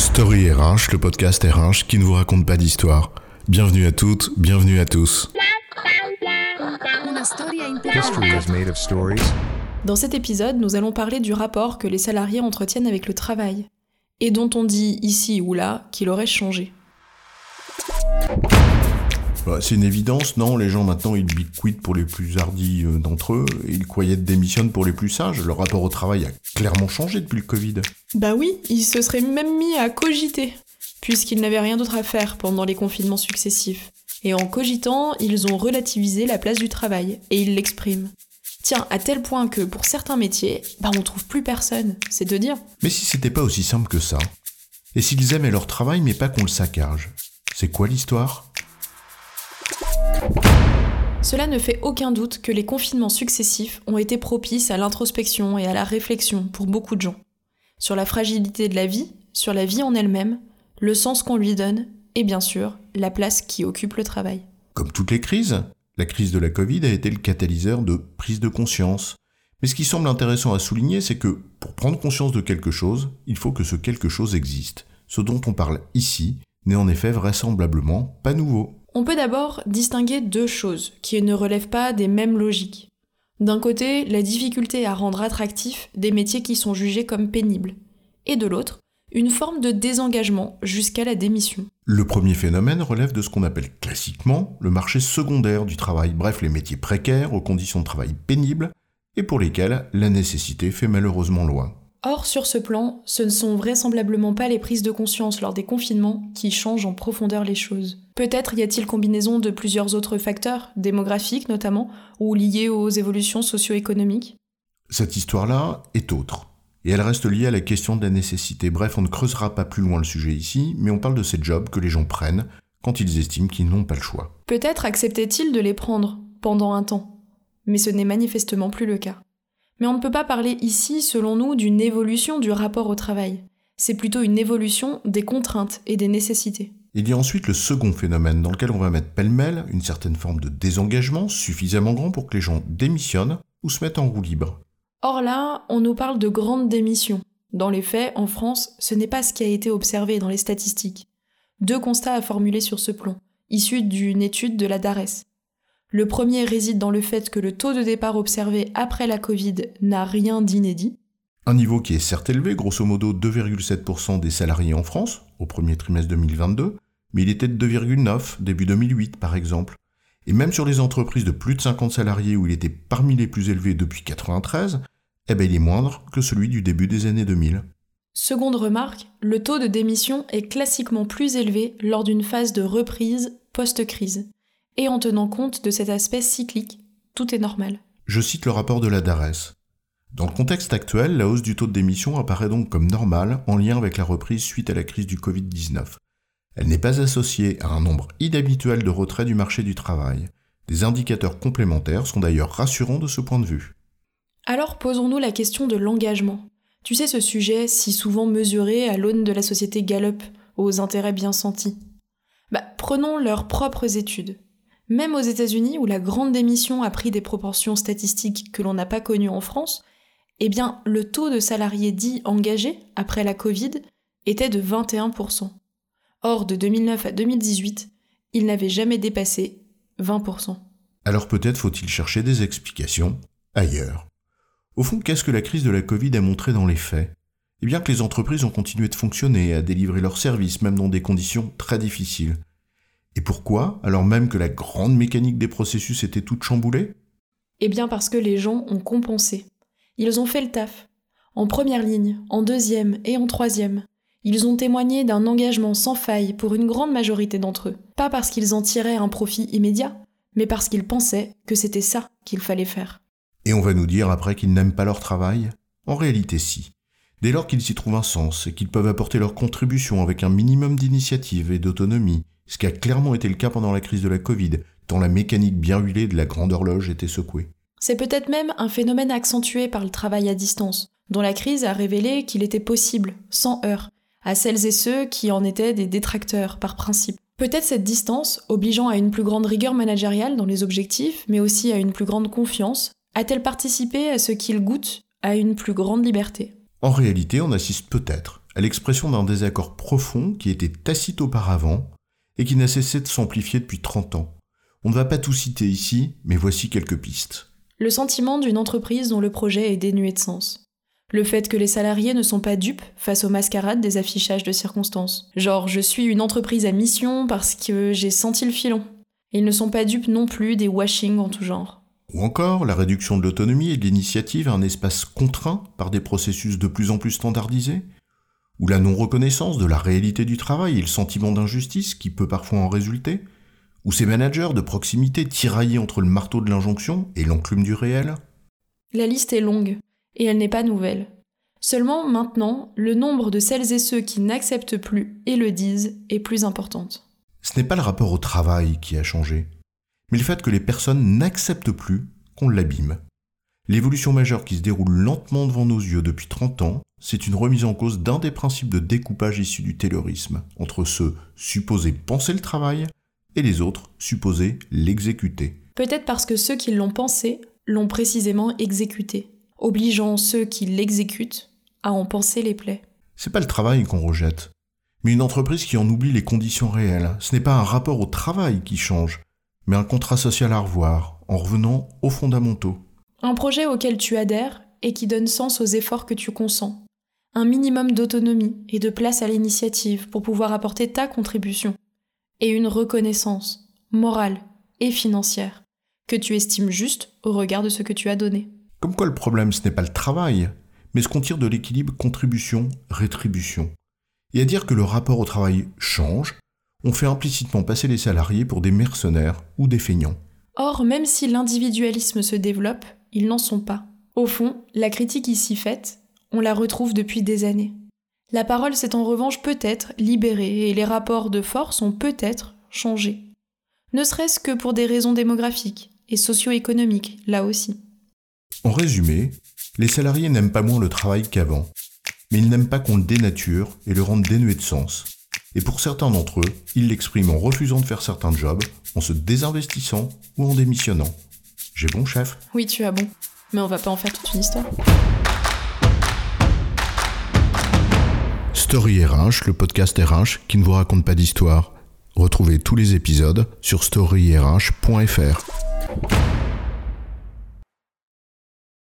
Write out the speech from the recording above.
Story RH, le podcast RH qui ne vous raconte pas d'histoire. Bienvenue à toutes, bienvenue à tous. History is made of stories. Dans cet épisode, nous allons parler du rapport que les salariés entretiennent avec le travail, et dont on dit ici ou là qu'il aurait changé. C'est une évidence, non? Les gens maintenant, ils quittent pour les plus hardis d'entre eux, et ils croyaient démissionnent pour les plus sages. Leur rapport au travail a clairement changé depuis le Covid. Bah oui, ils se seraient même mis à cogiter, puisqu'ils n'avaient rien d'autre à faire pendant les confinements successifs. Et en cogitant, ils ont relativisé la place du travail, et ils l'expriment. Tiens, à tel point que pour certains métiers, on trouve plus personne, c'est de dire. Mais si c'était pas aussi simple que ça? Et s'ils aimaient leur travail mais pas qu'on le saccage? C'est quoi l'histoire? Cela ne fait aucun doute que les confinements successifs ont été propices à l'introspection et à la réflexion pour beaucoup de gens. Sur la fragilité de la vie, sur la vie en elle-même, le sens qu'on lui donne, et bien sûr, la place qui occupe le travail. Comme toutes les crises, la crise de la Covid a été le catalyseur de prise de conscience. Mais ce qui semble intéressant à souligner, c'est que pour prendre conscience de quelque chose, il faut que ce quelque chose existe. Ce dont on parle ici n'est en effet vraisemblablement pas nouveau. On peut d'abord distinguer deux choses qui ne relèvent pas des mêmes logiques. D'un côté, la difficulté à rendre attractifs des métiers qui sont jugés comme pénibles. Et de l'autre, une forme de désengagement jusqu'à la démission. Le premier phénomène relève de ce qu'on appelle classiquement le marché secondaire du travail, bref les métiers précaires aux conditions de travail pénibles et pour lesquels la nécessité fait malheureusement loi. Or, sur ce plan, ce ne sont vraisemblablement pas les prises de conscience lors des confinements qui changent en profondeur les choses. Peut-être y a-t-il combinaison de plusieurs autres facteurs, démographiques notamment, ou liés aux évolutions socio-économiques. Cette histoire-là est autre, et elle reste liée à la question de la nécessité. Bref, on ne creusera pas plus loin le sujet ici, mais on parle de ces jobs que les gens prennent quand ils estiment qu'ils n'ont pas le choix. Peut-être acceptaient-ils de les prendre pendant un temps, mais ce n'est manifestement plus le cas. Mais on ne peut pas parler ici, selon nous, d'une évolution du rapport au travail. C'est plutôt une évolution des contraintes et des nécessités. Il y a ensuite le second phénomène dans lequel on va mettre pêle-mêle une certaine forme de désengagement suffisamment grand pour que les gens démissionnent ou se mettent en roue libre. Or là, on nous parle de grandes démissions. Dans les faits, en France, ce n'est pas ce qui a été observé dans les statistiques. Deux constats à formuler sur ce plan, issus d'une étude de la DARES. Le premier réside dans le fait que le taux de départ observé après la Covid n'a rien d'inédit. Un niveau qui est certes élevé, grosso modo 2,7% des salariés en France, au premier trimestre 2022, mais il était de 2,9% début 2008 par exemple. Et même sur les entreprises de plus de 50 salariés où il était parmi les plus élevés depuis 1993, il est moindre que celui du début des années 2000. Seconde remarque, le taux de démission est classiquement plus élevé lors d'une phase de reprise post-crise. Et en tenant compte de cet aspect cyclique, tout est normal. Je cite le rapport de la DARES. Dans le contexte actuel, la hausse du taux de démission apparaît donc comme normale en lien avec la reprise suite à la crise du Covid-19. Elle n'est pas associée à un nombre inhabituel de retraits du marché du travail. Des indicateurs complémentaires sont d'ailleurs rassurants de ce point de vue. Alors posons-nous la question de l'engagement. Tu sais, ce sujet si souvent mesuré à l'aune de la société Gallup, aux intérêts bien sentis. Prenons leurs propres études. Même aux États-Unis, où la grande démission a pris des proportions statistiques que l'on n'a pas connues en France, le taux de salariés dits engagés après la Covid était de 21%. Or, de 2009 à 2018, il n'avait jamais dépassé 20%. Alors peut-être faut-il chercher des explications ailleurs. Au fond, qu'est-ce que la crise de la Covid a montré dans les faits? Que les entreprises ont continué de fonctionner, à délivrer leurs services, même dans des conditions très difficiles. Et pourquoi, alors même que la grande mécanique des processus était toute chamboulée? Parce que les gens ont compensé. Ils ont fait le taf. En première ligne, en deuxième et en troisième. Ils ont témoigné d'un engagement sans faille pour une grande majorité d'entre eux. Pas parce qu'ils en tiraient un profit immédiat, mais parce qu'ils pensaient que c'était ça qu'il fallait faire. Et on va nous dire après qu'ils n'aiment pas leur travail? En réalité si. Dès lors qu'ils y trouvent un sens et qu'ils peuvent apporter leur contribution avec un minimum d'initiative et d'autonomie, ce qui a clairement été le cas pendant la crise de la Covid, tant la mécanique bien huilée de la grande horloge était secouée. C'est peut-être même un phénomène accentué par le travail à distance, dont la crise a révélé qu'il était possible, sans heurts, à celles et ceux qui en étaient des détracteurs par principe. Peut-être cette distance, obligeant à une plus grande rigueur managériale dans les objectifs, mais aussi à une plus grande confiance, a-t-elle participé à ce qu'ils goûtent à une plus grande liberté? En réalité, on assiste peut-être à l'expression d'un désaccord profond qui était tacite auparavant et qui n'a cessé de s'amplifier depuis 30 ans. On ne va pas tout citer ici, mais voici quelques pistes. Le sentiment d'une entreprise dont le projet est dénué de sens. Le fait que les salariés ne sont pas dupes face aux mascarades des affichages de circonstances. Genre, je suis une entreprise à mission parce que j'ai senti le filon. Ils ne sont pas dupes non plus des washings en tout genre. Ou encore la réduction de l'autonomie et de l'initiative à un espace contraint par des processus de plus en plus standardisés. Ou la non-reconnaissance de la réalité du travail et le sentiment d'injustice qui peut parfois en résulter. Ou ces managers de proximité tiraillés entre le marteau de l'injonction et l'enclume du réel. La liste est longue, et elle n'est pas nouvelle. Seulement, maintenant, le nombre de celles et ceux qui n'acceptent plus et le disent est plus importante. Ce n'est pas le rapport au travail qui a changé, mais le fait que les personnes n'acceptent plus qu'on l'abîme. L'évolution majeure qui se déroule lentement devant nos yeux depuis 30 ans, c'est une remise en cause d'un des principes de découpage issus du taylorisme, entre ceux supposés penser le travail et les autres supposés l'exécuter. Peut-être parce que ceux qui l'ont pensé l'ont précisément exécuté, obligeant ceux qui l'exécutent à en penser les plaies. C'est pas le travail qu'on rejette, mais une entreprise qui en oublie les conditions réelles. Ce n'est pas un rapport au travail qui change, mais un contrat social à revoir, en revenant aux fondamentaux. Un projet auquel tu adhères et qui donne sens aux efforts que tu consens. Un minimum d'autonomie et de place à l'initiative pour pouvoir apporter ta contribution. Et une reconnaissance, morale et financière, que tu estimes juste au regard de ce que tu as donné. Comme quoi le problème, ce n'est pas le travail, mais ce qu'on tire de l'équilibre contribution-rétribution. Et à dire que le rapport au travail change, on fait implicitement passer les salariés pour des mercenaires ou des feignants. Or, même si l'individualisme se développe, ils n'en sont pas. Au fond, la critique ici faite, on la retrouve depuis des années. La parole s'est en revanche peut-être libérée et les rapports de force ont peut-être changé. Ne serait-ce que pour des raisons démographiques et socio-économiques, là aussi. En résumé, les salariés n'aiment pas moins le travail qu'avant, mais ils n'aiment pas qu'on le dénature et le rende dénué de sens. Et pour certains d'entre eux, ils l'expriment en refusant de faire certains jobs, en se désinvestissant ou en démissionnant. J'ai bon, chef ? Oui, tu as bon, mais on va pas en faire toute une histoire. Story RH, le podcast RH qui ne vous raconte pas d'histoire. Retrouvez tous les épisodes sur storyrh.fr.